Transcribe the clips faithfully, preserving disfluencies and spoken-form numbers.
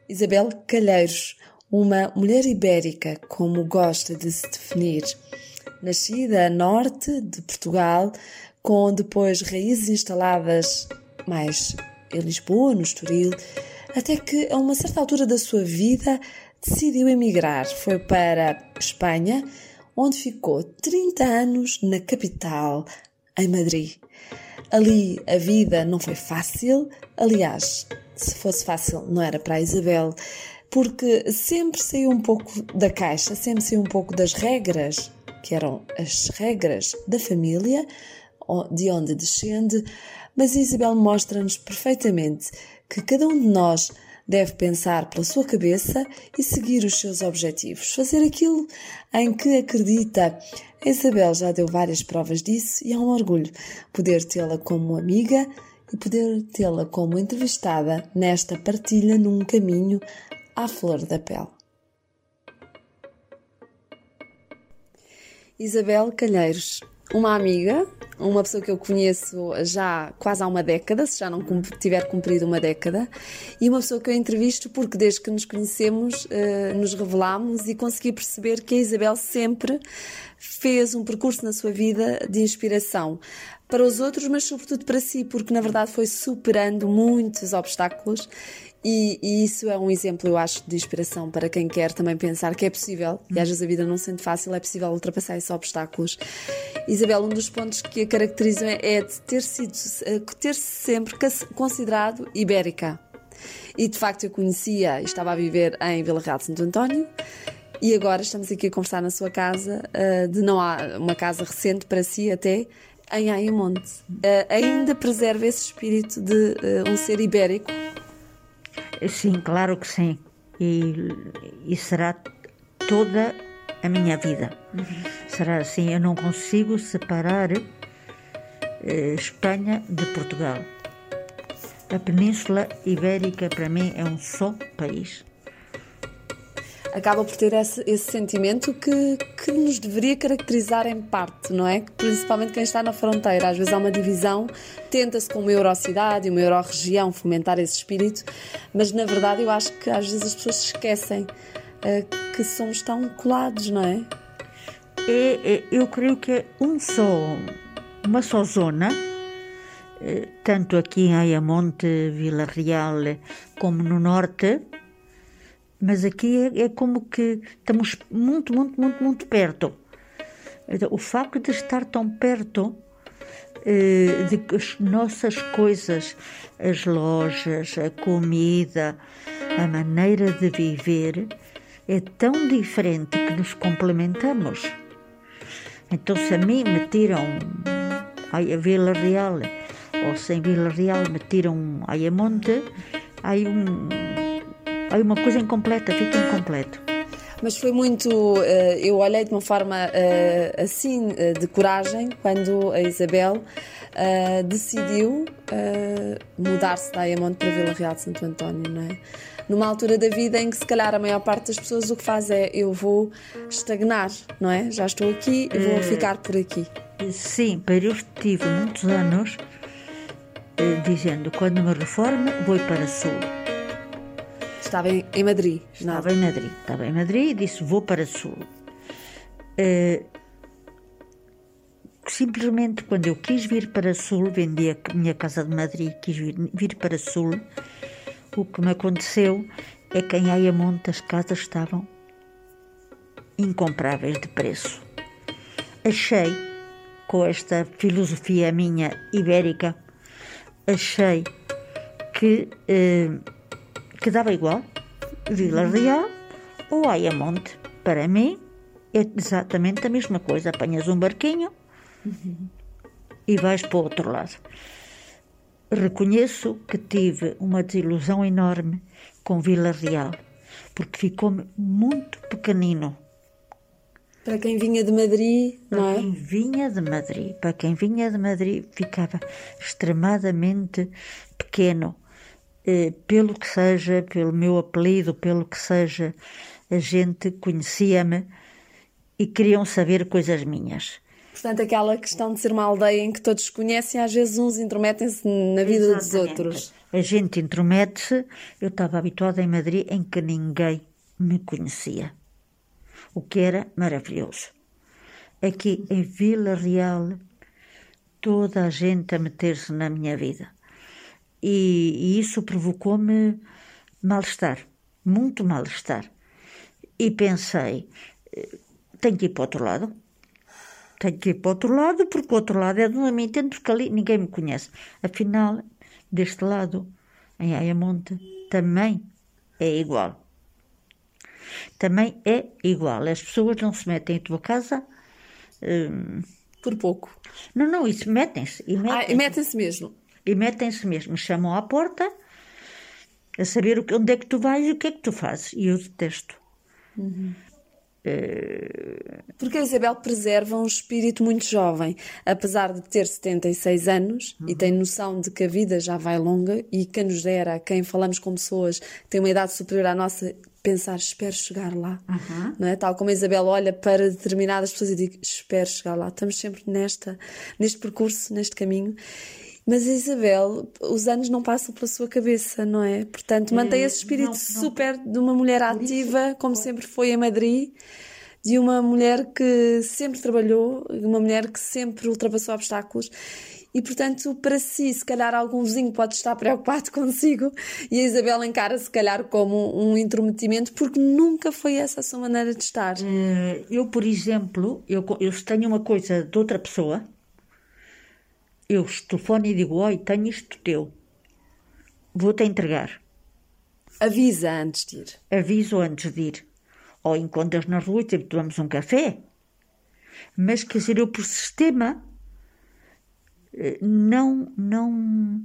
Isabel Calheiros, uma mulher ibérica, como gosta de se definir, nascida a norte de Portugal, com depois raízes instaladas mais em Lisboa, no Estoril, até que a uma certa altura da sua vida decidiu emigrar. Foi para Espanha, onde ficou trinta anos na capital, em Madrid. Ali a vida não foi fácil, aliás, se fosse fácil não era para a Isabel, porque sempre saiu um pouco da caixa, sempre saiu um pouco das regras, que eram as regras da família, de onde descende, mas a Isabel mostra-nos perfeitamente que cada um de nós deve pensar pela sua cabeça e seguir os seus objetivos, fazer aquilo em que acredita. A Isabel já deu várias provas disso e é um orgulho poder tê-la como amiga e poder tê-la como entrevistada nesta partilha num caminho à flor da pele. Isabel Calheiros, uma amiga, uma pessoa que eu conheço já quase há uma década, se já não tiver cumprido uma década, e uma pessoa que eu entrevisto porque desde que nos conhecemos nos revelámos e consegui perceber que a Isabel sempre fez um percurso na sua vida de inspiração para os outros, mas sobretudo para si, porque na verdade foi superando muitos obstáculos. E, e isso é um exemplo, eu acho, de inspiração para quem quer também pensar que é possível, e às vezes a vida não sendo fácil, é possível ultrapassar esses obstáculos. Isabel, um dos pontos que a caracterizam é de ter sido, ter-se sempre considerado ibérica. E de facto eu conhecia e estava a viver em Vila Real de Santo António, e agora estamos aqui a conversar na sua casa, de não há uma casa recente para si até, em Ayamonte. Ainda preserva esse espírito de um ser ibérico? Sim, claro que sim. E, e será toda a minha vida. Uhum. Será assim. Eu não consigo separar eh, Espanha de Portugal. A Península Ibérica, para mim, é um só país. Acaba por ter esse, esse sentimento que, que nos deveria caracterizar em parte, não é? Principalmente quem está na fronteira. Às vezes há uma divisão, tenta-se com uma eurocidade e uma euro-região fomentar esse espírito, mas na verdade eu acho que às vezes as pessoas se esquecem uh, que somos tão colados, não é? É, é, eu creio que é um só, uma só zona, tanto aqui em Ayamonte, Vila Real, como no norte. Mas aqui é, é como que estamos muito, muito, muito, muito perto. Então, o facto de estar tão perto, eh, de que as nossas coisas, as lojas, a comida, a maneira de viver, é tão diferente que nos complementamos. Então, se a mim me tiram a Vila Real, ou se em Vila Real me tiram a Ayamonte, há um... Há uma coisa incompleta, fica incompleto. Mas foi muito... Eu olhei de uma forma assim, de coragem, quando a Isabel decidiu mudar-se da Ayamonte para Vila Real de Santo António, não é? Numa altura da vida em que se calhar a maior parte das pessoas o que faz é eu vou estagnar, não é? Já estou aqui e vou ficar por aqui. Sim, para eu tive muitos anos dizendo, quando me reformo, vou para o Sul. Estava em Madrid. Estava em Madrid. Estava em Madrid e disse, vou para o Sul. Uh, simplesmente, quando eu quis vir para o Sul, vendi a minha casa de Madrid, quis vir, vir para o Sul, o que me aconteceu é que em Ayamonte as casas estavam incomparáveis de preço. Achei, com esta filosofia minha ibérica, achei que... Uh, que dava igual, Vila Real ou Ayamonte. Para mim é exatamente a mesma coisa. Apanhas um barquinho uhum. e vais para o outro lado. Reconheço que tive uma desilusão enorme com Vila Real, porque ficou-me muito pequenino. Para quem vinha de Madrid, não é? Para quem vinha de Madrid, para quem vinha de Madrid ficava extremadamente pequeno. Pelo que seja, pelo meu apelido, pelo que seja, a gente conhecia-me e queriam saber coisas minhas. Portanto, aquela questão de ser uma aldeia em que todos se conhecem, às vezes uns intrometem-se na vida Exatamente. dos outros. A gente intromete-se. Eu estava habituada em Madrid em que ninguém me conhecia, o que era maravilhoso. Aqui em Vila Real, toda a gente a meter-se na minha vida. E, e isso provocou-me mal-estar, muito mal-estar. E pensei, tenho que ir para o outro lado. Tenho que ir para o outro lado, porque o outro lado é de onde eu me entendo, porque ali ninguém me conhece. Afinal, deste lado, em Ayamonte, também é igual. Também é igual. As pessoas não se metem em tua casa... Hum, por pouco. Não, não, isso metem-se. E metem-se, ah, e metem-se mesmo. E metem-se mesmo. Chamam à porta a saber o que, onde é que tu vais e o que é que tu fazes. E eu detesto. Uhum. Porque a Isabel preserva um espírito muito jovem, apesar de ter setenta e seis anos, uhum. e tem noção de que a vida já vai longa e quem nos dera, quem falamos com pessoas que têm uma idade superior à nossa, pensar, espero chegar lá, uhum. não é? Tal como a Isabel olha para determinadas pessoas e diz, espero chegar lá. Estamos sempre nesta, neste percurso, neste caminho. Mas a Isabel, os anos não passam pela sua cabeça, não é? Portanto, mantém esse espírito não, não. super de uma mulher ativa, isso, como sempre foi em Madrid, de uma mulher que sempre trabalhou, de uma mulher que sempre ultrapassou obstáculos. E, portanto, para si, se calhar algum vizinho pode estar preocupado consigo e a Isabel encara se calhar como um intrometimento, porque nunca foi essa a sua maneira de estar. Eu, por exemplo, eu, eu se tenho uma coisa de outra pessoa, eu telefono e digo, oi, tenho isto teu, vou-te entregar. Avisa antes de ir. Aviso antes de ir. Ou encontras na rua e te tomamos um café. Mas, quer dizer, eu por sistema não, não,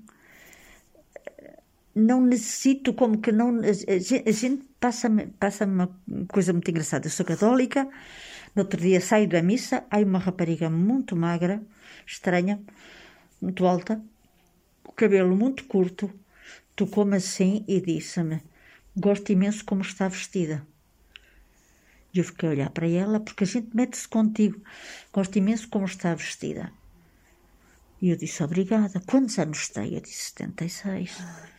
não necessito, como que não, a gente, a gente passa-me, passa-me uma coisa muito engraçada. Eu sou católica, no outro dia saio da missa, há uma rapariga muito magra, estranha, muito alta, o cabelo muito curto, tocou-me assim e disse-me, gosto imenso como está vestida. E eu fiquei a olhar para ela, porque a gente mete-se contigo, gosto imenso como está vestida. E eu disse, obrigada. Quantos anos tem? Eu disse, setenta e seis.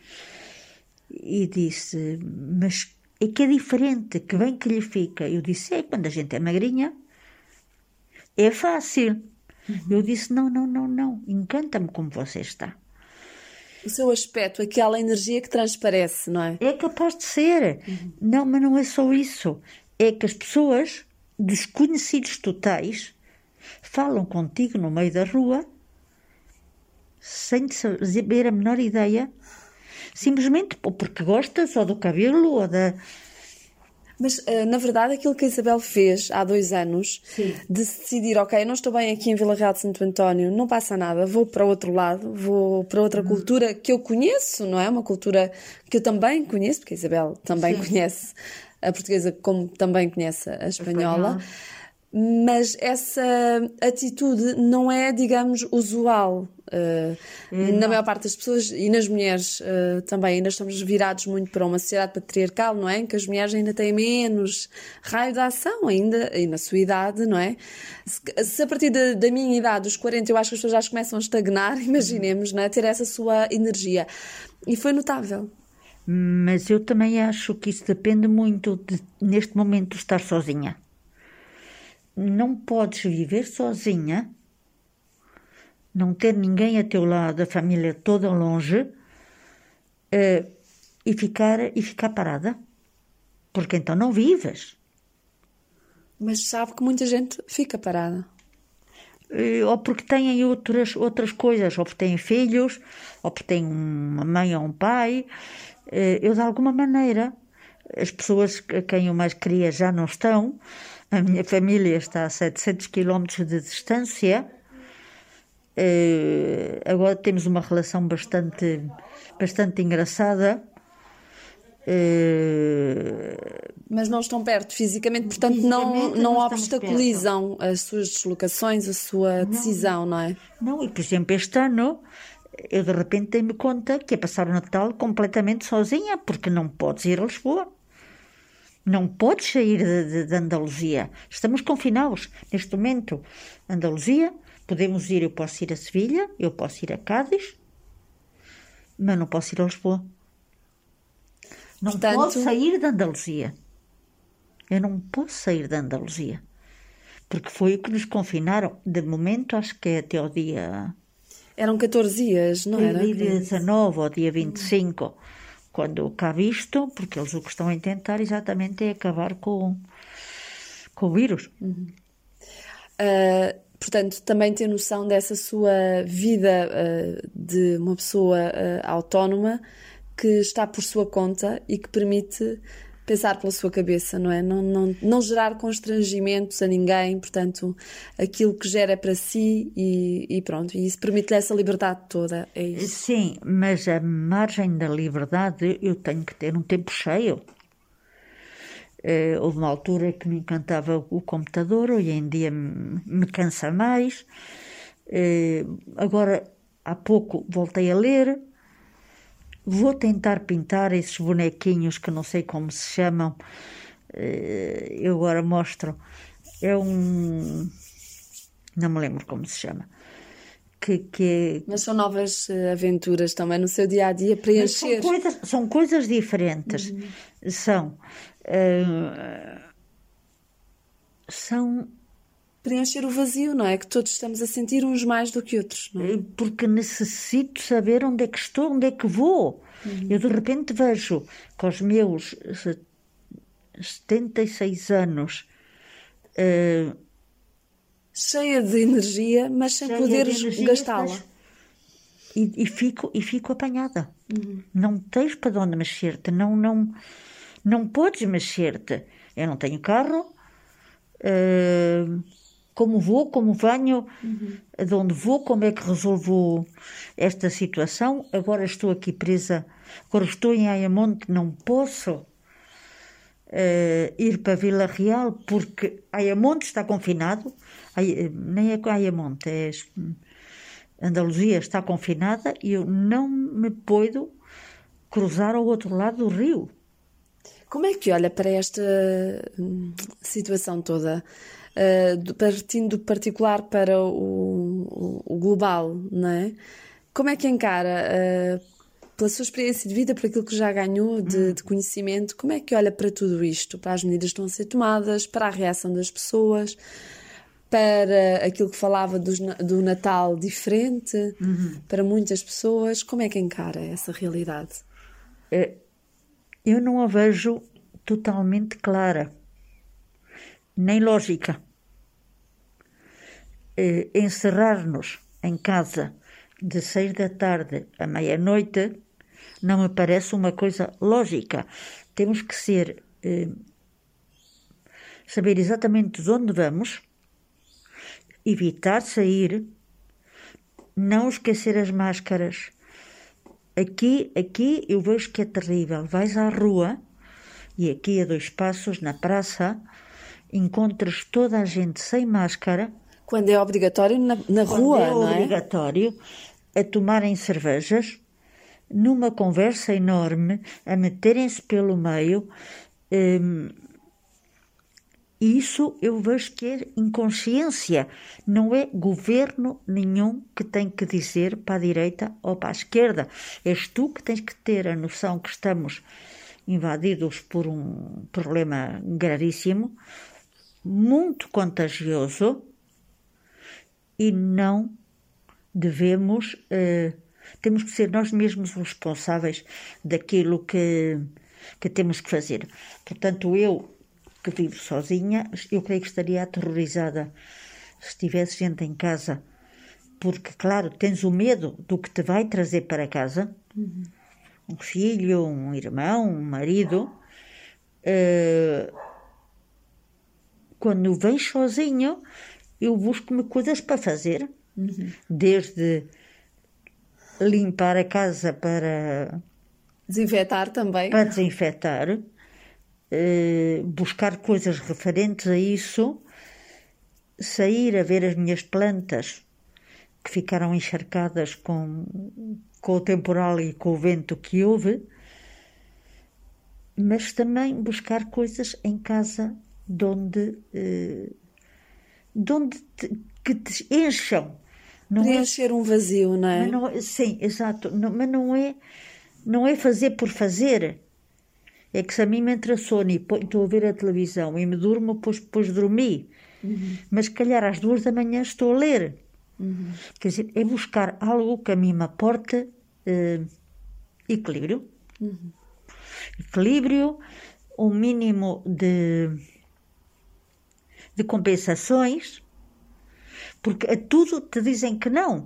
E disse, mas é que é diferente, que bem que lhe fica. Eu disse, é, quando a gente é magrinha, é fácil. Uhum. Eu disse, não, não, não, não, encanta-me como você está. O seu aspecto, aquela energia que transparece, não é? É capaz de ser. Uhum. Não, mas não é só isso. É que as pessoas, desconhecidos totais, falam contigo no meio da rua, sem saber a menor ideia, simplesmente porque gostas ou do cabelo ou da... Mas, na verdade, aquilo que a Isabel fez há dois anos, sim, de se decidir, ok, eu não estou bem aqui em Vila Real de Santo António, não passa nada, vou para outro lado, vou para outra hum. cultura que eu conheço, não é? Uma cultura que eu também conheço, porque a Isabel também sim. conhece a portuguesa como também conhece a espanhola. espanhola. Mas essa atitude não é, digamos, usual. Uh, hum, na maior parte das pessoas, e nas mulheres uh, também, ainda estamos virados muito para uma sociedade patriarcal, não é? Em que as mulheres ainda têm menos raio de ação, ainda, e na sua idade, não é? Se, se a partir da, da minha idade, dos quarenta, eu acho que as pessoas já começam a estagnar, imaginemos, não é? Ter essa sua energia. E foi notável. Mas eu também acho que isso depende muito de, neste momento, estar sozinha. Não podes viver sozinha, não ter ninguém a teu lado, a família toda longe, uh, e, ficar, e ficar parada. Porque então não vives. Mas sabe que muita gente fica parada. Uh, ou porque têm outras, outras coisas, ou porque têm filhos, ou porque têm uma mãe ou um pai. Uh, eu, de alguma maneira, as pessoas a quem eu mais queria já não estão. A minha família está a setecentos quilómetros de distância. Uh, agora temos uma relação bastante, bastante engraçada. Uh, Mas não estão perto fisicamente, portanto fisicamente, não, não obstaculizam as suas deslocações, a sua não, decisão, não é? Não, e por exemplo, este ano eu de repente dei-me conta que ia passar o Natal completamente sozinha, porque não podes ir a Lisboa. Não podes sair de, de, de Andaluzia. Estamos confinados neste momento. Andaluzia, podemos ir, eu posso ir a Sevilha, eu posso ir a Cádiz, mas não posso ir a Lisboa. Não Portanto, posso sair da Andaluzia. Eu não posso sair da Andaluzia. Porque foi o que nos confinaram. De momento, acho que é até ao dia... Eram catorze dias, não era? Dia dezanove ou dia vinte e cinco. Quando cá visto, porque eles o que estão a tentar exatamente é acabar com, com o vírus. Uhum. Uh, portanto, também ter noção dessa sua vida uh, de uma pessoa uh, autónoma que está por sua conta e que permite pensar pela sua cabeça, não é? Não, não, não gerar constrangimentos a ninguém, portanto, aquilo que gera é para si e, e pronto, e isso permite-lhe essa liberdade toda, é isso. Sim, mas a margem da liberdade eu tenho que ter um tempo cheio. Uh, houve uma altura que me encantava o computador, hoje em dia me, me cansa mais. Uh, agora, há pouco, voltei a ler. Vou tentar pintar esses bonequinhos que não sei como se chamam. Eu agora mostro. É um... Não me lembro como se chama. Que, que... Mas são novas aventuras também no seu dia-a-dia, preencher. São coisas, são coisas diferentes. Uhum. São... Uh, são... Preencher o vazio, não é? Que todos estamos a sentir uns mais do que outros, não é? Porque necessito saber onde é que estou, onde é que vou. Uhum. Eu de repente vejo com os meus setenta e seis anos uh, cheia de energia, mas sem poderes gastá-la. E, e, fico, e fico apanhada. Uhum. Não tens para onde mexer-te, não, não, não podes mexer-te. Eu não tenho carro. Uh, como vou, como venho, uhum. de onde vou, como é que resolvo esta situação. Agora estou aqui presa, agora estou em Ayamonte, não posso uh, ir para Vila Real porque Ayamonte está confinado, Ay, nem é Ayamonte, é Andaluzia está confinada e eu não me posso cruzar ao outro lado do rio. Como é que olha para esta situação toda? Uh, partindo do particular para o, o, o global, não é? Como é que encara, uh, pela sua experiência de vida, por aquilo que já ganhou de, hum. de conhecimento, como é que olha para tudo isto? Para as medidas que estão a ser tomadas, para a reação das pessoas, para aquilo que falava dos, do Natal diferente, uhum. para muitas pessoas, como é que encara essa realidade? É, eu não a vejo totalmente clara. Nem lógica. Eh, encerrar-nos em casa de seis da tarde à meia-noite não me parece uma coisa lógica. Temos que ser eh, saber exatamente de onde vamos, evitar sair, não esquecer as máscaras. Aqui, aqui eu vejo que é terrível. Vais à rua e aqui a dois passos na praça encontras toda a gente sem máscara. Quando é obrigatório na, na rua, é não é? obrigatório a tomarem cervejas, numa conversa enorme, a meterem-se pelo meio. Hum, isso eu vejo que é inconsciência. Não é governo nenhum que tem que dizer para a direita ou para a esquerda. És tu que tens que ter a noção que estamos invadidos por um problema gravíssimo, muito contagioso, e não devemos, uh, temos que ser nós mesmos responsáveis daquilo que, que temos que fazer. Portanto, eu que vivo sozinha, eu creio que estaria aterrorizada se tivesse gente em casa, porque, claro, tens o medo do que te vai trazer para casa, uhum. um filho, um irmão, um marido. Uh, quando vens sozinho, eu busco-me coisas para fazer, uhum. desde limpar a casa para... Desinfetar também. Para desinfetar, uh, buscar coisas referentes a isso, sair a ver as minhas plantas que ficaram encharcadas com, com o temporal e com o vento que houve, mas também buscar coisas em casa de onde, uh, de onde te, que te encham. Não preencher é, um vazio, não é? Mas não, sim, exato. Não, mas não é, não é fazer por fazer. É que se a mim me entra sono e estou a ver a televisão e me durmo, depois, depois dormi. Uhum. Mas se calhar às duas da manhã estou a ler. Uhum. Quer dizer, é buscar algo que a mim me aporte uh, equilíbrio. Uhum. Equilíbrio, um mínimo de, de compensações, porque a tudo te dizem que não.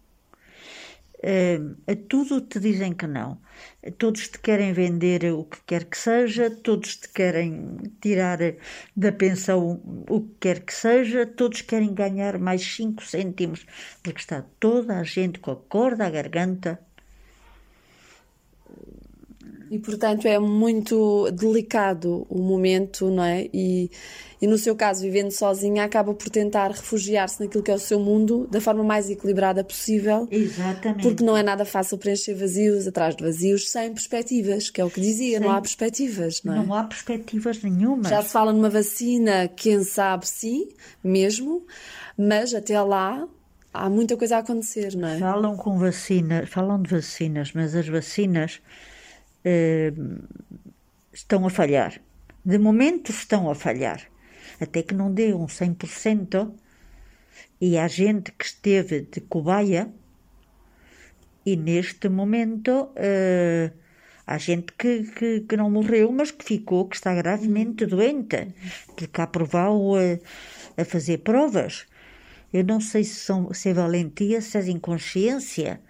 Uh, a tudo te dizem que não. Todos te querem vender o que quer que seja, todos te querem tirar da pensão o que quer que seja, todos querem ganhar mais cinco cêntimos, porque está toda a gente com a corda à garganta. E, portanto, é muito delicado o momento, não é? E, e no seu caso, vivendo sozinha, acaba por tentar refugiar-se naquilo que é o seu mundo da forma mais equilibrada possível. Exatamente. Porque não é nada fácil preencher vazios atrás de vazios sem perspectivas, que é o que dizia, sem, não há perspectivas, não é? Não há perspectivas nenhumas. Já se fala numa vacina, quem sabe sim, mesmo, mas até lá há muita coisa a acontecer, não é? Falam com vacinas, falam de vacinas, mas as vacinas Uh, estão a falhar. De momento estão a falhar. Até que não dê um cem por cento, e há gente que esteve de cobaia e neste momento uh, há gente que, que, que não morreu, mas que ficou, que está gravemente doente, porque aprovou a, a fazer provas. Eu não sei se, são, se é valentia, se é inconsciência.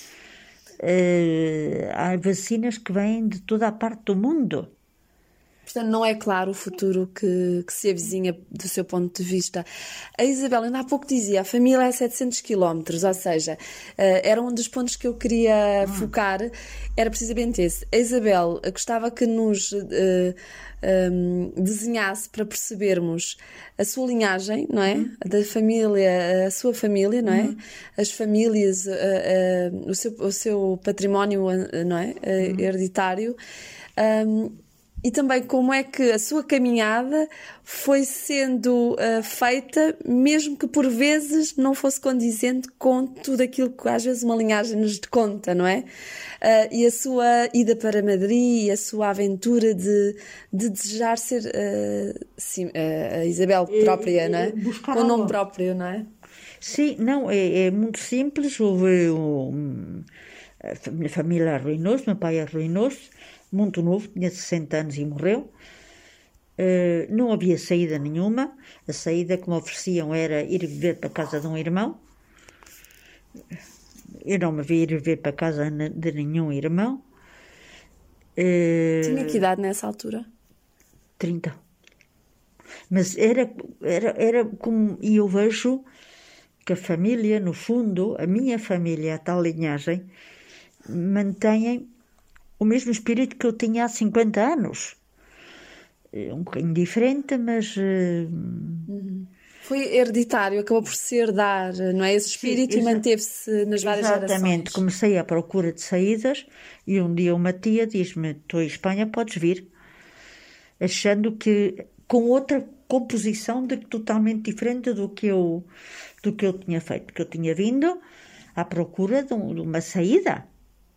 Uh, há vacinas que vêm de toda a parte do mundo. Portanto, não é claro o futuro que, que se avizinha do seu ponto de vista. A Isabel ainda há pouco dizia, a família é setecentos quilómetros, ou seja, uh, era um dos pontos que eu queria ah. focar, era precisamente esse. A Isabel gostava que nos uh, um, desenhasse para percebermos a sua linhagem, não é? Uhum. Da família, a sua família, não é? Uhum. As famílias, uh, uh, o, seu, o seu património, uh, não é? Uh, uhum. hereditário. Um, E também como é que a sua caminhada foi sendo uh, feita, mesmo que por vezes não fosse condizente com tudo aquilo que às vezes uma linhagem nos conta, não é? Uh, e a sua ida para Madrid e a sua aventura de, de desejar ser uh, sim, uh, a Isabel própria, é, não é? Com o nome próprio, não é? Sim, não, é, é muito simples. Houve um, a minha família arruinou-se, meu pai arruinou-se, muito novo, tinha sessenta anos e morreu. Uh, não havia saída nenhuma. A saída que me ofereciam era ir viver para a casa de um irmão. Eu não me vi ir viver para a casa de nenhum irmão. Uh, Tinha que idade nessa altura? trinta. Mas era, era, era como... E eu vejo que a família, no fundo, a minha família, a tal linhagem, mantém o mesmo espírito que eu tinha há cinquenta anos. Um bocadinho diferente, mas... Uh... Uhum. Foi hereditário, acabou por se herdar, não é? Esse espírito. Sim, e manteve-se nas várias exatamente. gerações. Exatamente. Comecei à procura de saídas e um dia uma tia diz-me, estou em Espanha, podes vir. Achando que... com outra composição de, totalmente diferente do que, eu, do que eu tinha feito. Que eu tinha vindo à procura de, um, de uma saída.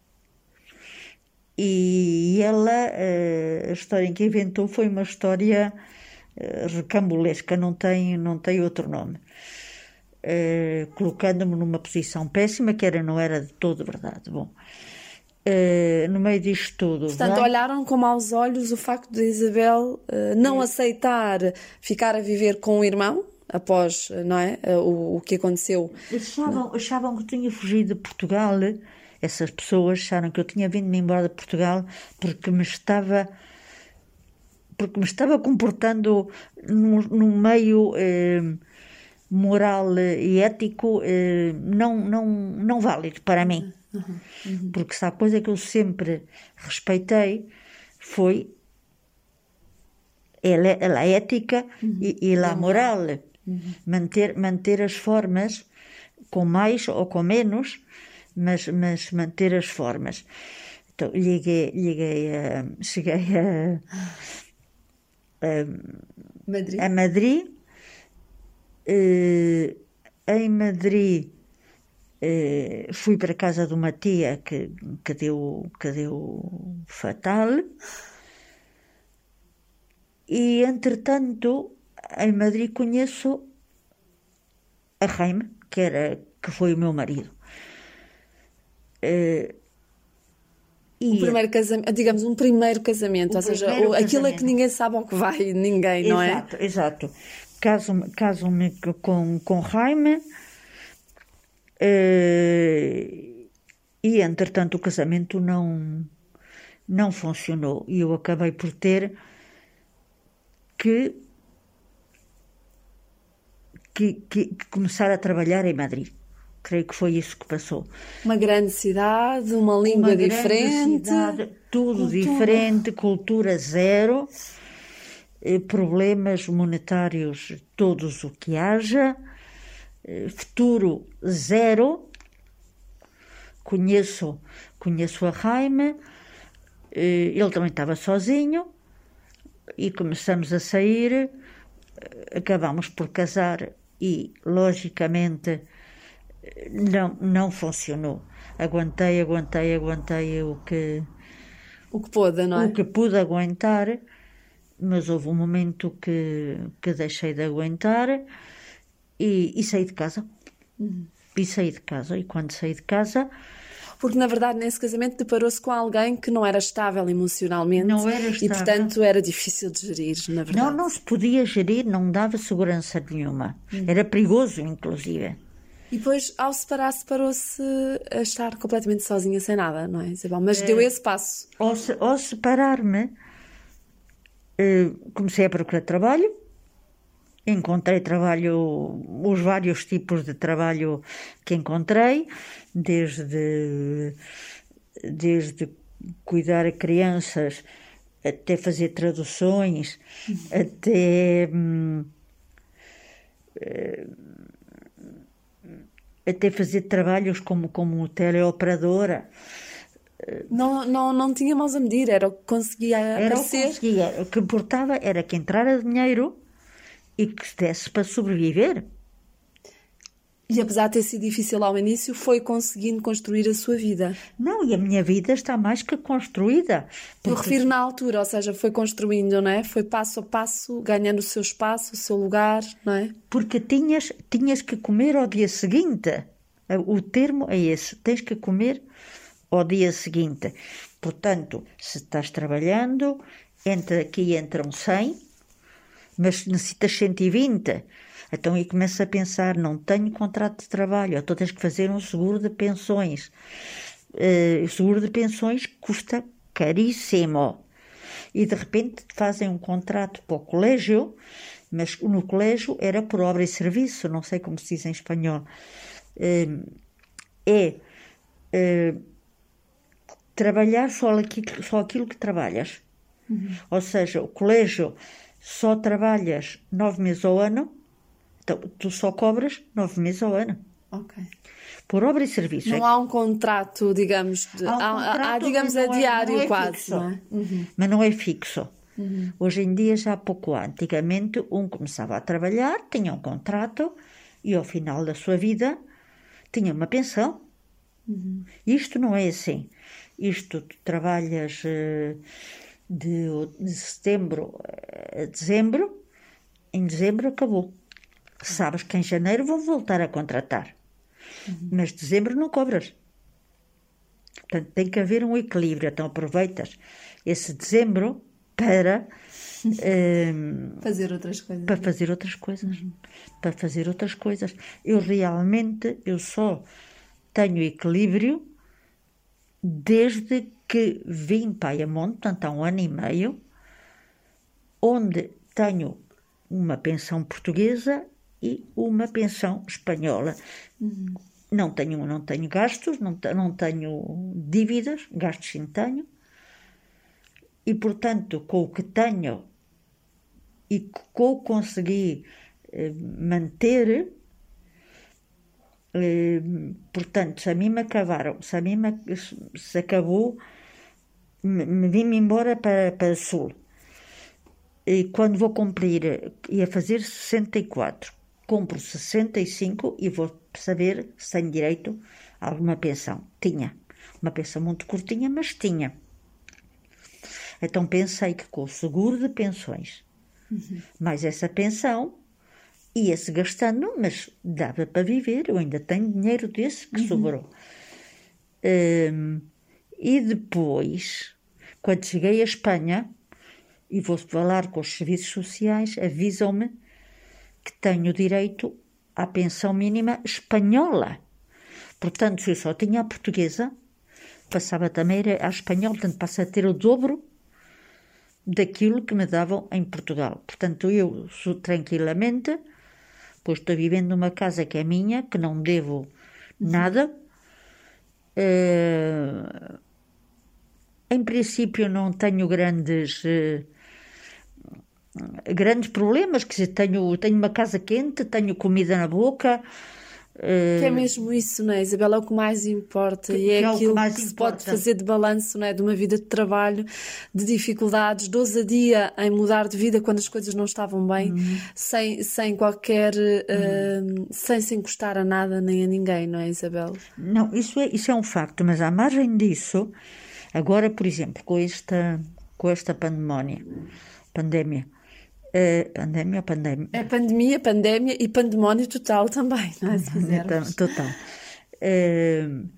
E ela, a história que inventou foi uma história recambulesca, não tem, não tem outro nome. Uh, colocando-me numa posição péssima, que era, não era de todo verdade. Bom, uh, no meio disto tudo... Portanto, vai... olharam com maus olhos o facto de Isabel uh, não é. aceitar ficar a viver com o irmão, após, não é, uh, o, o que aconteceu. Achavam, achavam que eu tinha fugido de Portugal. Essas pessoas acharam que eu tinha vindo-me embora de Portugal porque me estava, porque me estava comportando num, num meio eh, moral e ético eh, não, não, não válido para mim. Uhum, uhum. Porque se há coisa que eu sempre respeitei foi a, a ética uhum. e, e a moral. Uhum. Manter, manter as formas com mais ou com menos, mas, mas manter as formas. Então, liguei, liguei a, cheguei a, a, Madrid. a Madrid. Uh, em Madrid uh, fui para a casa de uma tia que, que, deu, que deu fatal. E, entretanto, em Madrid conheço a Jaime, que, era, que foi o meu marido. Uh, um primeiro casamento, digamos, um primeiro casamento, ou seja, o, aquilo é que ninguém sabe ao que vai, ninguém, não é? Exato, exato. Caso-me caso-me com, com Jaime, uh, e, entretanto, o casamento não, não funcionou. E eu acabei por ter que, que, que, que começar a trabalhar em Madrid. Creio que foi isso que passou. Uma grande cidade, uma língua uma diferente. Cidade, tudo cultura. diferente, cultura zero, problemas monetários todos o que haja, futuro zero. Conheço, conheço a Jaime, ele também estava sozinho e começamos a sair, acabamos por casar e, logicamente, Não, não funcionou. Aguentei, aguentei, aguentei o que... O que pôde, não é? O que pude aguentar, mas houve um momento que, que deixei de aguentar e, e saí de casa. Uhum. E saí de casa. E quando saí de casa... Porque, na verdade, nesse casamento deparou-se com alguém que não era estável emocionalmente. Não era estável. E, portanto, era difícil de gerir, na verdade. Não, não se podia gerir, não dava segurança nenhuma. Uhum. Era perigoso, inclusive. E depois, ao separar, separou-se a estar completamente sozinha, sem nada, não é, Isabel? Mas é, deu esse passo. Ao, se, ao separar-me, eh, comecei a procurar trabalho. Encontrei trabalho, os vários tipos de trabalho que encontrei, desde, desde cuidar a crianças, até fazer traduções, uhum. até... Hum, eh, até fazer trabalhos como, como teleoperadora. Não, não, não tinha mãos a medir, era o que conseguia era aparecer. O que conseguia. O que importava era que entrara dinheiro e que se desse para sobreviver. E apesar de ter sido difícil ao início, foi conseguindo construir a sua vida. Não, e a minha vida está mais que construída. Porque... Eu refiro na altura, ou seja, foi construindo, não é? Foi passo a passo, ganhando o seu espaço, o seu lugar, não é? Porque tinhas, tinhas que comer ao dia seguinte. O termo é esse, tens que comer ao dia seguinte. Portanto, se estás trabalhando, entra aqui entram cem, mas necessitas cento e vinte. Então aí começa a pensar, não tenho contrato de trabalho, então tens que fazer um seguro de pensões. Uh, o seguro de pensões custa caríssimo. E de repente fazem um contrato para o colégio, mas no colégio era por obra e serviço, não sei como se diz em espanhol. Uh, é uh, trabalhar só aquilo, só aquilo que trabalhas. Uhum. Ou seja, o colégio só trabalhas nove meses ao ano, então tu só cobras nove meses ao ano. Ok. Por obra e serviço. Não é? Há um contrato, digamos, de, há, um há, contrato, há digamos a é, diário não é quase, fixo, não é? Uhum. Mas não é fixo. Uhum. Hoje em dia já há pouco há. Antigamente um começava a trabalhar, tinha um contrato e ao final da sua vida tinha uma pensão. Uhum. Isto não é assim. Isto tu trabalhas uh, de, de setembro a dezembro, em dezembro acabou. Sabes que em janeiro vão voltar a contratar, uhum. mas dezembro não cobras. Portanto, tem que haver um equilíbrio. Então aproveitas esse dezembro para um, fazer outras coisas. Para fazer outras coisas. Uhum. Para fazer outras coisas. Eu realmente, eu só tenho equilíbrio desde que vim para Ayamonte, portanto há um ano e meio, onde tenho uma pensão portuguesa e uma pensão espanhola. Uhum. Não tenho, não tenho gastos, não, não tenho dívidas, gastos sim tenho. E, portanto, com o que tenho e com o que consegui eh, manter, eh, portanto, se a mim me acabaram, se a mim me, se acabou me, me vim-me embora para, para o sul. E quando vou cumprir, ia fazer sessenta e quatro, compro sessenta e cinco e vou saber se tenho direito a alguma pensão. Tinha. Uma pensão muito curtinha, mas tinha. Então pensei que com o seguro de pensões, uhum. mais essa pensão, ia-se gastando, mas dava para viver. Eu ainda tenho dinheiro desse que uhum. sobrou. Um, e depois, quando cheguei à Espanha, e vou falar com os serviços sociais, avisam-me que tenho direito à pensão mínima espanhola. Portanto, se eu só tinha a portuguesa, passava também à espanhola, portanto, passa a ter o dobro daquilo que me davam em Portugal. Portanto, eu sou tranquilamente, pois estou vivendo numa casa que é minha, que não devo nada. Uh, em princípio, não tenho grandes... Uh, grandes problemas, que tenho, tenho uma casa quente, tenho comida na boca. Que é mesmo isso, não é, Isabel? É o que mais importa que, e é, é aquilo que, que se pode fazer de balanço, não é? De uma vida de trabalho, de dificuldades, de ousadia em mudar de vida quando as coisas não estavam bem, uhum. sem, sem qualquer, uhum. uh, sem se encostar a nada nem a ninguém, não é, Isabel? Não, isso é, isso é um facto, mas à margem disso, agora, por exemplo, com esta, com esta pandemónia, pandemia, Uh, pandemia ou pandemia? É pandemia, pandemia e pandemónio total também, não é? Se fizermos. Total. Uh,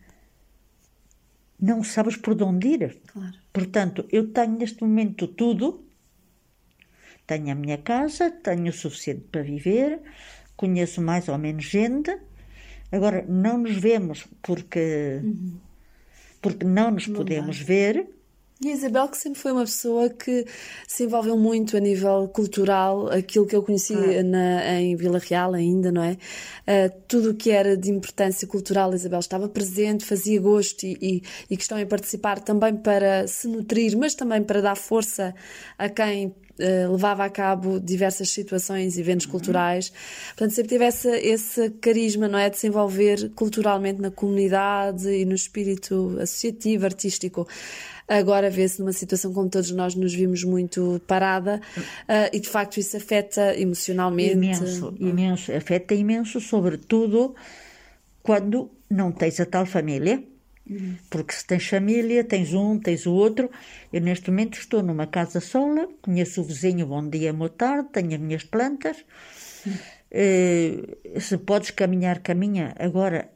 não sabes por onde ir. Claro. Portanto, eu tenho neste momento tudo. Tenho a minha casa, tenho o suficiente para viver, conheço mais ou menos gente. Agora, não nos vemos porque, uhum. porque não nos não podemos dá. ver. E a Isabel, que sempre foi uma pessoa que se envolveu muito a nível cultural, aquilo que eu conheci ah. na, em Vila Real ainda, não é? Uh, tudo o que era de importância cultural, a Isabel estava presente, fazia gosto e, e, e questão em participar também para se nutrir, mas também para dar força a quem uh, levava a cabo diversas situações, eventos uhum. culturais. Portanto, sempre teve essa, esse carisma, não é? De se envolver culturalmente na comunidade e no espírito associativo, artístico. Agora vê-se numa situação como todos nós nos vimos muito parada uh, e de facto isso afeta emocionalmente. Imenso, imenso, afeta imenso, sobretudo quando não tens a tal família, uhum. porque se tens família, tens um, tens o outro. Eu neste momento estou numa casa sola, conheço o vizinho, bom dia, boa tarde, tenho as minhas plantas. Uhum. Uh, se podes caminhar, caminha. Agora,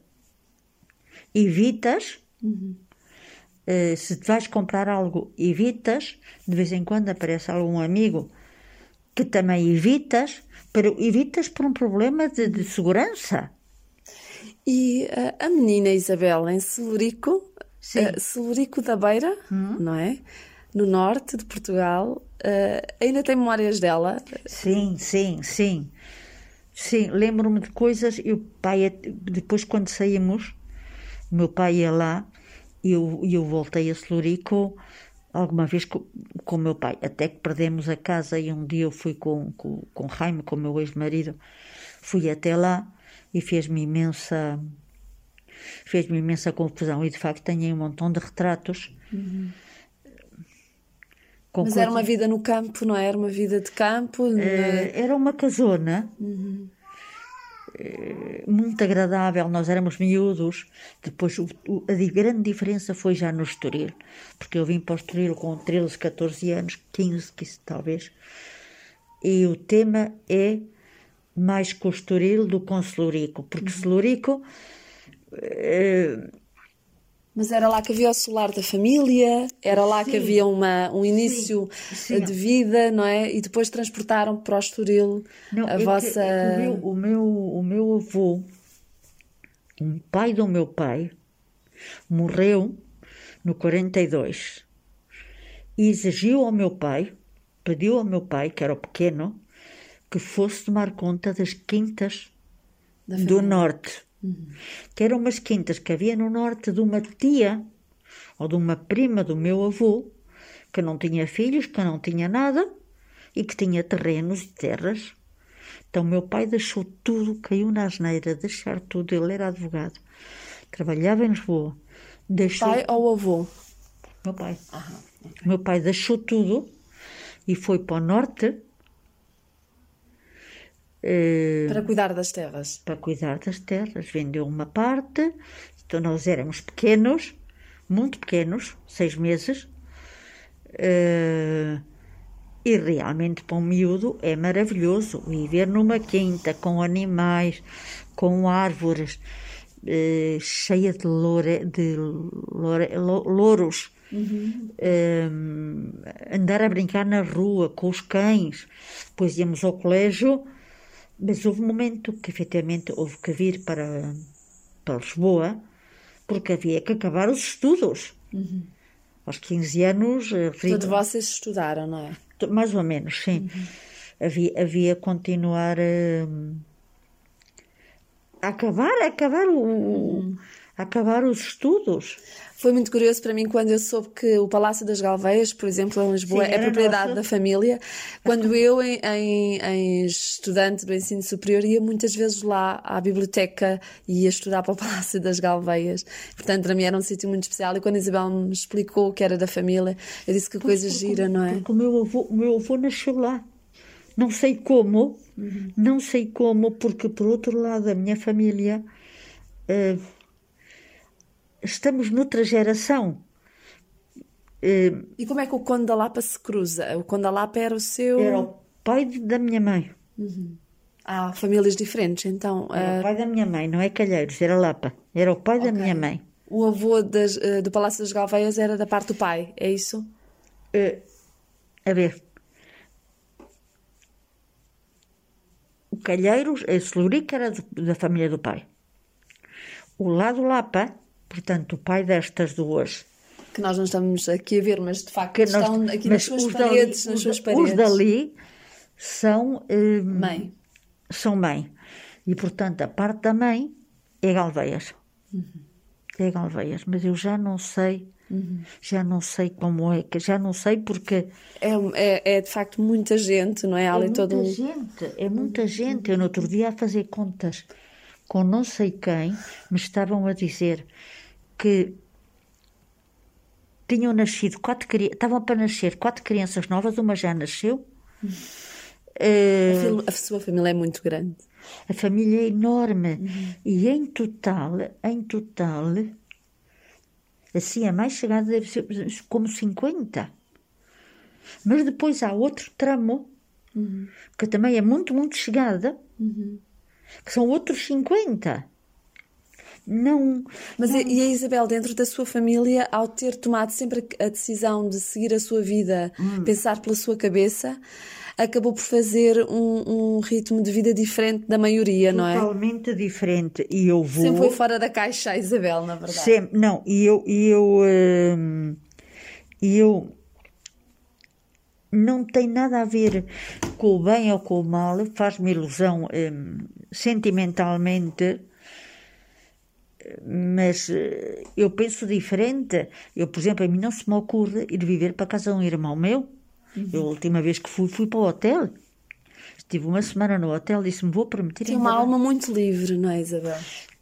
evitas... Uhum. Uh, se te vais comprar algo, evitas, de vez em quando aparece algum amigo que também evitas, pero evitas por um problema de, de segurança. E uh, a menina Isabel em Celurico, uh, Celurico da Beira, hum? não é? No norte de Portugal, uh, ainda tem memórias dela? Sim, sim, sim. Sim, lembro-me de coisas, e o pai, depois quando saímos, o meu pai ia lá, e eu, eu voltei a Celurico alguma vez com o meu pai, até que perdemos a casa e um dia eu fui com, com, com Jaime, com o meu ex-marido, fui até lá e fez-me imensa fez-me imensa confusão e de facto tenho aí um montão de retratos. Uhum. Mas coisas... era uma vida no campo, não é? Era uma vida de campo? Uh, era uma casona. Uhum. Muito agradável, nós éramos miúdos. Depois o, o, a grande diferença foi já no Estoril, porque eu vim para o Estoril com treze, catorze anos, quinze, quinze talvez, e o tema é mais com o Estoril do que com Celurico, porque uhum. Celurico é... Mas era lá que havia o solar da família, era lá sim. que havia uma, um início sim. Sim. de vida, não é? E depois transportaram para o Estoril não, a é vossa... Que, é que o, meu, o, meu, o meu avô, o pai do meu pai, morreu no quarenta e dois e exigiu ao meu pai, pediu ao meu pai, que era o pequeno, que fosse tomar conta das quintas do norte. Uhum. Que eram umas quintas que havia no norte de uma tia ou de uma prima do meu avô que não tinha filhos, que não tinha nada e que tinha terrenos e terras. Então meu pai deixou tudo, caiu na asneira, deixar tudo. Ele era advogado, trabalhava em Lisboa. Deixou... Pai ou avô? Meu pai. Aham, O meu pai deixou tudo e foi para o norte eh, Para cuidar das terras. para cuidar das terras. Vendeu uma parte, então nós éramos pequenos, muito pequenos, seis meses, eh, e realmente para um miúdo é maravilhoso viver numa quinta com animais, com árvores, eh, cheia de, loure, de loure, lo, louros. Uhum. Um, andar a brincar na rua com os cães, depois íamos ao colégio, mas houve um momento que efetivamente houve que vir para, para Lisboa, porque havia que acabar os estudos. Uhum. Aos quinze anos... Todos vocês estudaram, não é? Mais ou menos, sim. Uhum. Havia, havia continuar a, a acabar, a acabar, o, uhum. a acabar os estudos. Foi muito curioso para mim quando eu soube que o Palácio das Galveias, por exemplo, em Lisboa, sim, é propriedade nossa. Da família. Quando eu, em, em, em estudante do ensino superior, ia muitas vezes lá à biblioteca e ia estudar para o Palácio das Galveias. Portanto, para mim era um sítio muito especial. E quando a Isabel me explicou que era da família, eu disse que coisa gira, não é? Porque o meu avô, o meu avô nasceu lá. Não sei como, uhum. não sei como, porque por outro lado a minha família... Uh, estamos noutra geração. E como é que o Conde da Lapa se cruza? O Conde da Lapa era o seu... Era o pai da minha mãe. Uhum. Ah, famílias diferentes, então... Era uh... o pai da minha mãe, não é Calheiros, era Lapa. Era o pai okay. da minha mãe. O avô das, uh, do Palácio das Galveias era da parte do pai, é isso? Uh, a ver... O Calheiros, a Celurica era do, da família do pai. O lado Lapa... Portanto, o pai destas duas... Que nós não estamos aqui a ver, mas de facto que estão nós, aqui nas suas paredes. Dali, nas suas os, paredes. Os dali são... Hum, mãe. São mãe. E, portanto, a parte da mãe é Galveias. Uhum. É Galveias. Mas eu já não sei... Uhum. Já não sei como é. que Já não sei porque... É, é, é de facto muita gente, não é? É muita todo... gente. É muita uhum. gente. Eu no outro dia a fazer contas... com não sei quem, me estavam a dizer que tinham nascido quatro crianças, estavam para nascer quatro crianças novas, uma já nasceu. Uh, a, a sua família é muito grande. A família é enorme. Uhum. E em total, em total, assim, a mais chegada deve ser como cinquenta. Mas depois há outro tramo, uhum. que também é muito, muito chegada, uhum. que são outros cinquenta. Não. Mas não. E a Isabel, dentro da sua família, ao ter tomado sempre a decisão de seguir a sua vida, hum. pensar pela sua cabeça, acabou por fazer um, um ritmo de vida diferente da maioria, Totalmente não é? Totalmente diferente. E eu vou... Sempre foi fora da caixa a Isabel, na verdade. Sempre. Não, e eu... E eu, hum, eu não tem nada a ver com o bem ou com o mal, faz-me ilusão hum, sentimentalmente, mas eu penso diferente. Eu, por exemplo, a mim não se me ocorre ir viver para a casa de um irmão meu. Uhum. Eu, a última vez que fui, fui para o hotel. Estive uma semana no hotel, disse-me, vou permitir... Tem uma alma muito livre, não é, Isabel?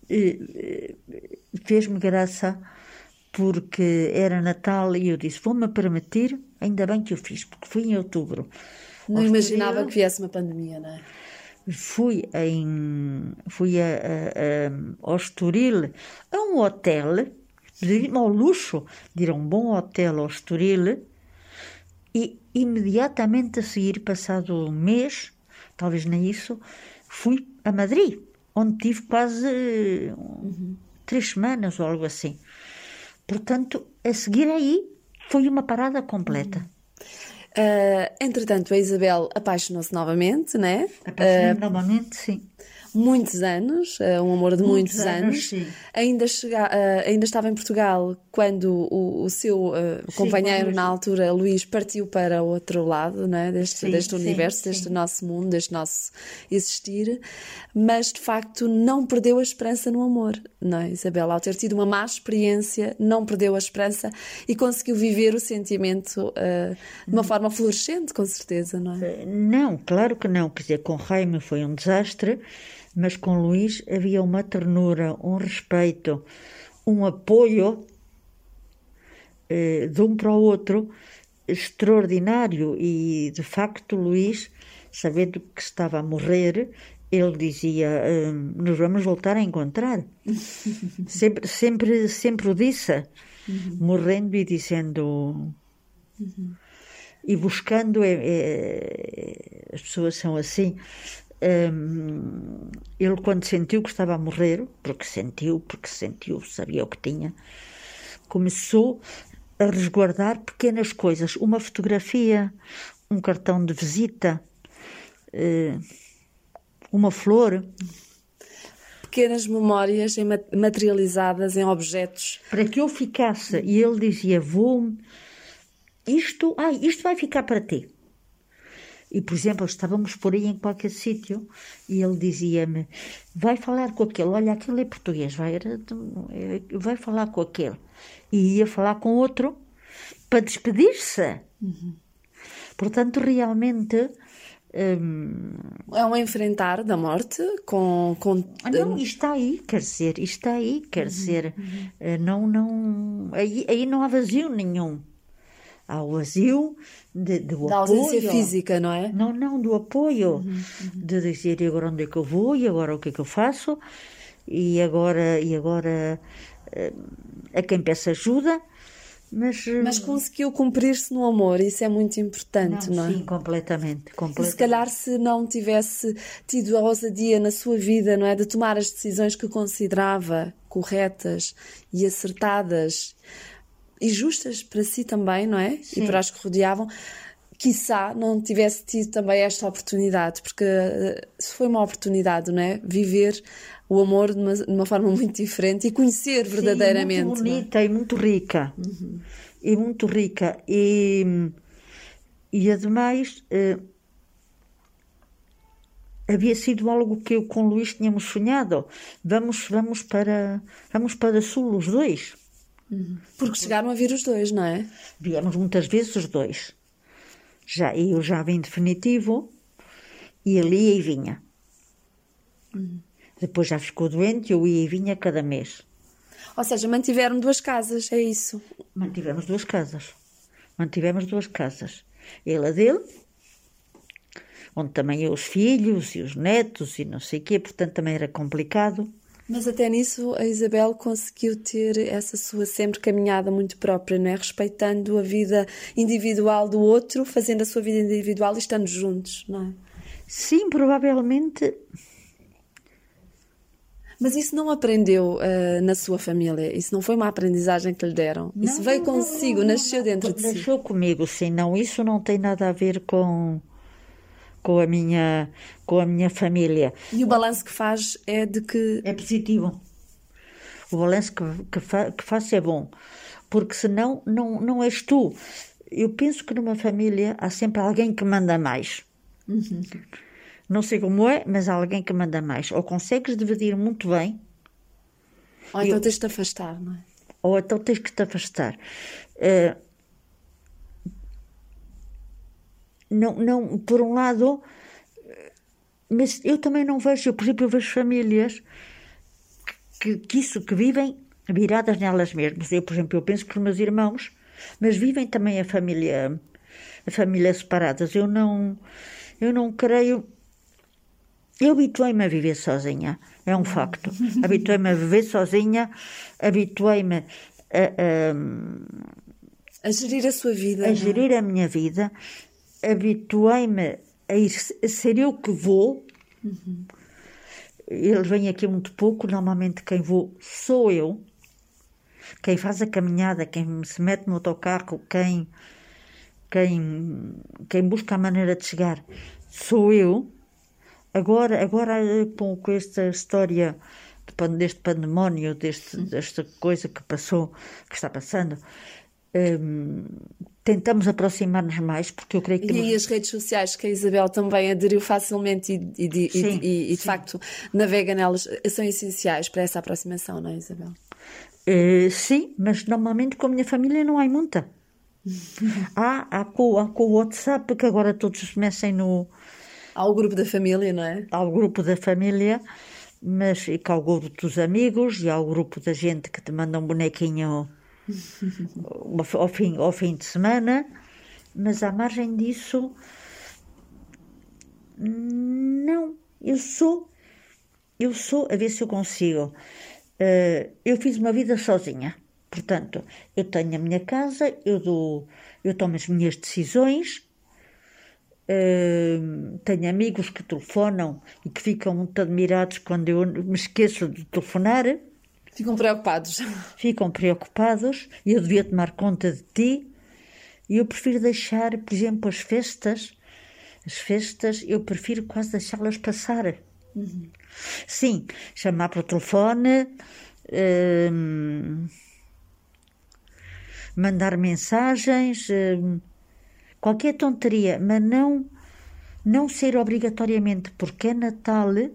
Fez-me graça, porque era Natal e eu disse, vou-me permitir, ainda bem que eu fiz, porque fui em outubro. Não ao imaginava Estoril, que viesse uma pandemia, não é? Fui, em, fui a, a, a, ao Estoril, a um hotel, pedi-me ao luxo de ir a um bom hotel ao Estoril, e imediatamente a seguir, passado um mês, talvez nem isso, fui a Madrid, onde tive quase uhum. três semanas ou algo assim. Portanto, a seguir aí, foi uma parada completa. Uhum. Uh, entretanto, a Isabel apaixonou-se novamente, não é? Apaixonou-me uh, novamente, sim. Muitos anos, uh, um amor de muitos, muitos anos. anos. Ainda, chega, uh, ainda estava em Portugal quando o, o seu uh, companheiro, sim, na altura, Luís, partiu para o outro lado, não é? Deste, sim, deste sim, universo, sim. deste nosso mundo, deste nosso existir. Mas, de facto, não perdeu a esperança no amor, não é, Isabel? Ao ter tido uma má experiência, não perdeu a esperança e conseguiu viver o sentimento uh, de uma forma fluorescente, com certeza, não é? Não, claro que não. Quer dizer, com Jaime foi um desastre, mas com Luís havia uma ternura, um respeito, um apoio eh, de um para o outro extraordinário. E, de facto, Luís, sabendo que estava a morrer, ele dizia, nos vamos voltar a encontrar. sempre, sempre, sempre o disse, uhum. morrendo e dizendo... Uhum. E buscando, é, é, as pessoas são assim, um, ele quando sentiu que estava a morrer, porque sentiu, porque sentiu, sabia o que tinha, começou a resguardar pequenas coisas, uma fotografia, um cartão de visita, uh, uma flor. Pequenas memórias materializadas em objetos. Para que eu ficasse, e ele dizia, vou... Isto, ah, isto vai ficar para ti. E, por exemplo, estávamos por aí em qualquer sítio e ele dizia-me, vai falar com aquele, olha, aquele é português, vai, vai falar com aquele. E ia falar com outro para despedir-se. Uhum. Portanto, realmente... Hum, é um enfrentar da morte com... com... Não, isto está aí, quer dizer, isto está aí, quer uhum, dizer, uhum. não, não, aí, aí não há vazio nenhum. Há o vazio de, de o da apoio. ausência física, não é? Não, não, do apoio. Uhum, uhum. De dizer, e agora onde é que eu vou? E agora o que é que eu faço? E agora, e agora a quem peça ajuda? Mas, Mas conseguiu cumprir-se no amor, isso é muito importante, não, não é? Sim, completamente, completamente. E se calhar se não tivesse tido a ousadia na sua vida, não é? De tomar as decisões que considerava corretas e acertadas e justas para si também, não é? Sim. E para as que rodeavam, quiçá não tivesse tido também esta oportunidade, porque se foi uma oportunidade, não é? Viver o amor de uma, de uma forma muito diferente e conhecer verdadeiramente. Sim, muito bonita, é? E muito rica. Uhum. E muito rica. E, e ademais, eh, havia sido algo que eu com o Luís tínhamos sonhado. Vamos, vamos, para, vamos para Sul os dois. Uhum. Porque chegaram a vir os dois, não é? Viemos muitas vezes os dois. Já, eu já vim definitivo e ele ia e vinha. Uhum. Depois já ficou doente, eu ia e vinha cada mês. Ou seja, mantiveram duas casas, é isso? Mantivemos duas casas. Mantivemos duas casas. Ele a dele, onde também eu os filhos e os netos e não sei o quê, portanto também era complicado. Mas até nisso a Isabel conseguiu ter essa sua sempre caminhada muito própria, não é? Respeitando a vida individual do outro, fazendo a sua vida individual e estando juntos, não é? Sim, provavelmente... Mas isso não aprendeu uh, na sua família? Isso não foi uma aprendizagem que lhe deram? Não, isso veio não, consigo, não, não, nasceu dentro de si? Nasceu comigo, sim. Não, isso não tem nada a ver com, com, a, minha, com a minha família. E o balanço que faz é de que... É positivo. O balanço que, que, fa, que faço é bom. Porque senão não, não és tu. Eu penso que numa família há sempre alguém que manda mais. Uhum. Não sei como é, mas há alguém que manda mais. Ou consegues dividir muito bem. Ou então eu... tens de te afastar, não é? Ou então tens que te afastar. Uh, não, não, por um lado, mas eu também não vejo, eu, por exemplo, eu vejo famílias que, que isso, que vivem viradas nelas mesmas. Eu, por exemplo, eu penso que os meus irmãos, mas vivem também a família, a família separadas. Eu não, eu não creio... Eu habituei-me a viver sozinha, é um facto. Habituei-me a viver sozinha, habituei-me a, a... a gerir a sua vida. A não? gerir a minha vida, habituei-me a, ir, a ser eu que vou. Uhum. Eles vêm aqui muito pouco, normalmente quem vou sou eu. Quem faz a caminhada, quem se mete no autocarro, quem, quem, quem busca a maneira de chegar, sou eu. Agora, agora com, com esta história de, deste pandemónio, deste, desta coisa que passou, que está passando, hum, tentamos aproximar-nos mais, porque eu creio que... E temos... as redes sociais, que a Isabel também aderiu facilmente e, e, sim, e, e de sim. facto navega nelas, são essenciais para essa aproximação, não é, Isabel? Uh, sim, mas normalmente com a minha família não há muita. há, há, com, há com o WhatsApp, que agora todos se mexem no... Há o grupo da família, não é? Há o grupo da família, mas e que há o grupo dos amigos e há o grupo da gente que te manda um bonequinho ao, fim, ao fim de semana, mas à margem disso, não, eu sou, eu sou, a ver se eu consigo, uh, eu fiz uma vida sozinha, portanto, eu tenho a minha casa, eu, dou, eu tomo as minhas decisões, uh, tenho amigos que telefonam e que ficam muito admirados quando eu me esqueço de telefonar. Ficam preocupados. Ficam preocupados e eu devia tomar conta de ti. E eu prefiro deixar, por exemplo, as festas. As festas, eu prefiro quase deixá-las passar. Uhum. Sim, chamar para o telefone, hum, mandar mensagens, hum, qualquer tonteria, mas não, não ser obrigatoriamente, porque é Natal, hum,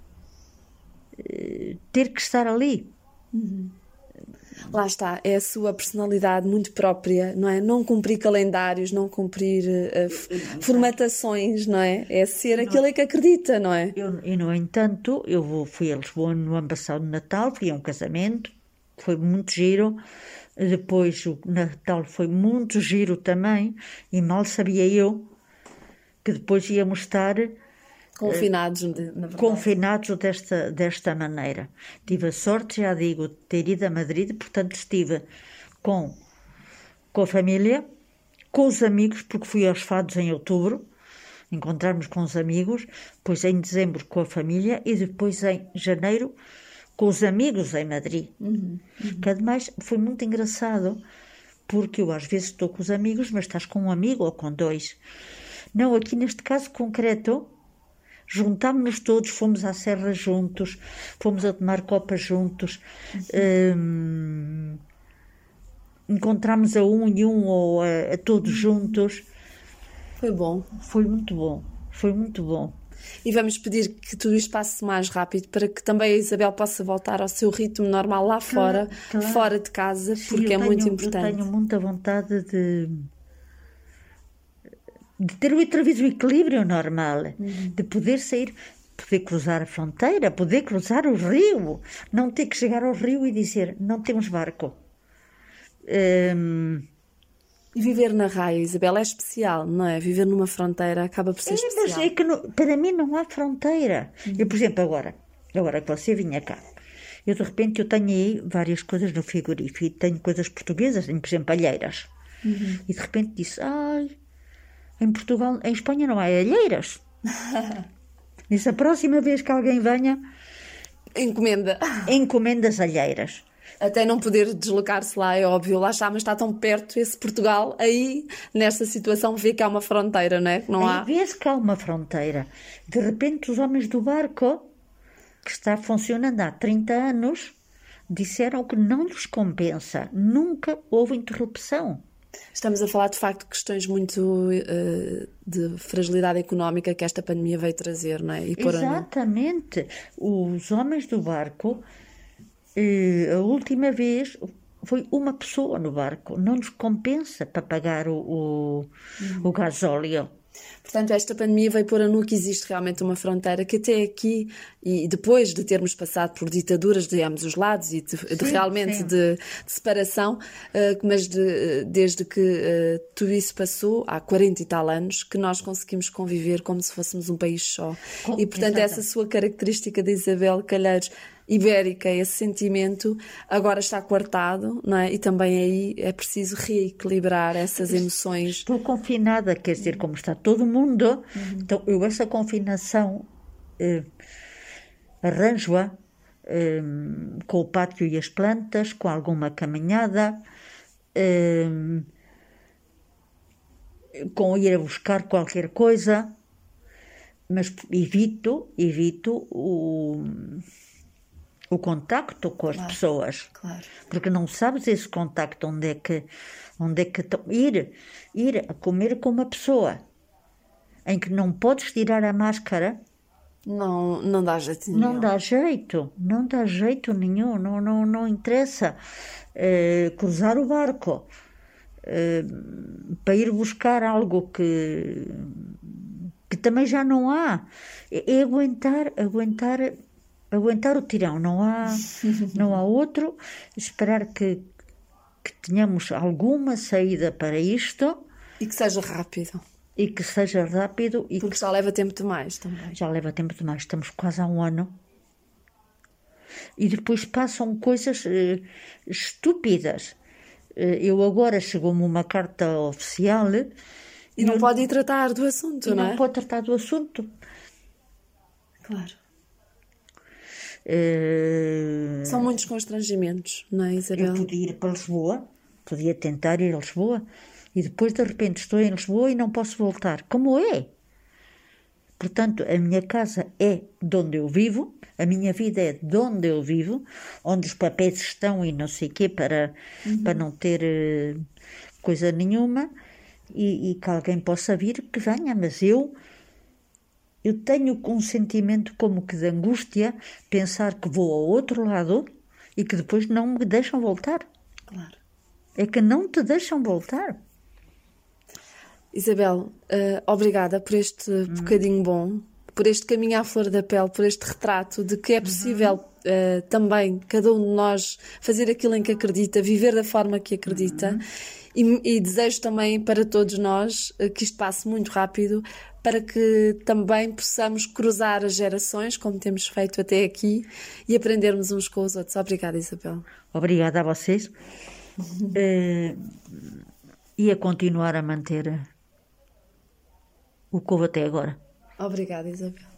ter que estar ali. Uhum. Lá está, é a sua personalidade muito própria, não é? Não cumprir calendários, não cumprir uh, formatações, não é? É ser aquilo em que acredita, não é? Eu, e, no entanto, eu vou, fui a Lisboa no ano passado, no Natal, fui a um casamento, foi muito giro. Depois o Natal foi muito giro também, e mal sabia eu que depois íamos estar... Confinados, na verdade. Confinados desta, desta maneira. Tive a sorte, já digo, de ter ido a Madrid, portanto estive com, com a família, com os amigos, porque fui aos Fados em outubro, encontrarmos com os amigos, depois em dezembro com a família e depois em janeiro com os amigos em Madrid. Uhum, uhum. Que ademais foi muito engraçado, porque eu às vezes estou com os amigos, mas estás com um amigo ou com dois. Não, aqui neste caso concreto, juntámos-nos todos, fomos à serra juntos, fomos a tomar copas juntos, hum, encontramos a um e um ou a, a todos juntos. Foi bom. Foi muito bom, foi muito bom. E vamos pedir que tudo isto passe mais rápido para que também a Isabel possa voltar ao seu ritmo normal lá fora, claro, fora de casa, sim, porque é tenho, muito importante. Eu tenho muita vontade de... de ter outra vez o equilíbrio normal, uhum. de poder sair, poder cruzar a fronteira, poder cruzar o rio, não ter que chegar ao rio e dizer, não temos barco. Um... E viver na raia, Isabel, é especial, não é? Viver numa fronteira acaba por ser é, especial. Mas é que no, para mim não há fronteira. Uhum. Eu, por exemplo, agora, agora que você vinha cá, eu de repente eu tenho aí várias coisas no frigorífico, e tenho coisas portuguesas, tenho, por exemplo, alheiras. Uhum. E de repente disse, ai... Em Portugal, em Espanha não há alheiras. E se a próxima vez que alguém venha... Encomenda. Encomenda as alheiras. Até não poder deslocar-se lá, é óbvio. Lá está, mas está tão perto esse Portugal. Aí, nesta situação, vê que há uma fronteira, não é? Não aí há... vê-se que há uma fronteira. De repente, os homens do barco, que está funcionando há trinta anos, disseram que não lhes compensa. Nunca houve interrupção. Estamos a falar, de facto, de questões muito uh, de fragilidade económica que esta pandemia veio trazer, não é? E exatamente. Os homens do barco, uh, a última vez, foi uma pessoa no barco. Não lhes compensa para pagar o, o, uhum. o gasóleo. Portanto, esta pandemia veio pôr a nu que existe realmente uma fronteira que até aqui, e depois de termos passado por ditaduras de ambos os lados e de, sim, de realmente de, de separação, uh, mas de, desde que uh, tudo isso passou, há quarenta e tal anos, que nós conseguimos conviver como se fôssemos um país só. Com, e, portanto, exatamente. Essa sua característica de Isabel Calheiros ibérica, esse sentimento, agora está coartado, não é? E também aí é preciso reequilibrar essas emoções. Estou confinada, quer dizer, como está todo mundo, uhum. então eu essa confinação eh, arranjo-a eh, com o pátio e as plantas, com alguma caminhada, eh, com ir a buscar qualquer coisa, mas evito, evito o... o contacto com as claro, pessoas, claro. Porque não sabes esse contacto, onde é que, onde é que ir, ir a comer com uma pessoa em que não podes tirar a máscara, não, não dá jeito nenhum. Não dá jeito, não dá jeito nenhum, não, não, não interessa é, cruzar o barco é, para ir buscar algo que, que também já não há, é, é aguentar, aguentar aguentar o tirão, não há, não há outro, esperar que, que tenhamos alguma saída para isto. E que seja rápido. E que seja rápido. E Porque que já leva tempo demais também. Já leva tempo demais. Estamos quase há um ano. E depois passam coisas uh, estúpidas. Uh, eu agora chegou-me uma carta oficial. E não pode ir tratar do assunto, e não é? Não pode tratar do assunto. Claro. Uh, São muitos constrangimentos, não é, Isabel? Eu podia ir para Lisboa, podia tentar ir a Lisboa, e depois de repente estou em Lisboa e não posso voltar. Como é? Portanto, a minha casa é de onde eu vivo, a minha vida é de onde eu vivo, onde os papéis estão e não sei o quê, para, uhum. para não ter uh, coisa nenhuma, e, e que alguém possa vir, que venha, mas eu... Eu tenho um sentimento como que de angústia, pensar que vou ao outro lado e que depois não me deixam voltar. Claro. É que não te deixam voltar. Isabel, uh, obrigada por este uhum. bocadinho bom, por este caminho à flor da pele, por este retrato de que é possível uhum. uh, também, cada um de nós, fazer aquilo em que acredita, viver da forma que acredita. Uhum. E, e desejo também para todos nós uh, que isto passe muito rápido, para que também possamos cruzar as gerações, como temos feito até aqui, e aprendermos uns com os outros. Obrigada, Isabel. Obrigada a vocês. uh, e a continuar a manter o que houve até agora. Obrigada, Isabel.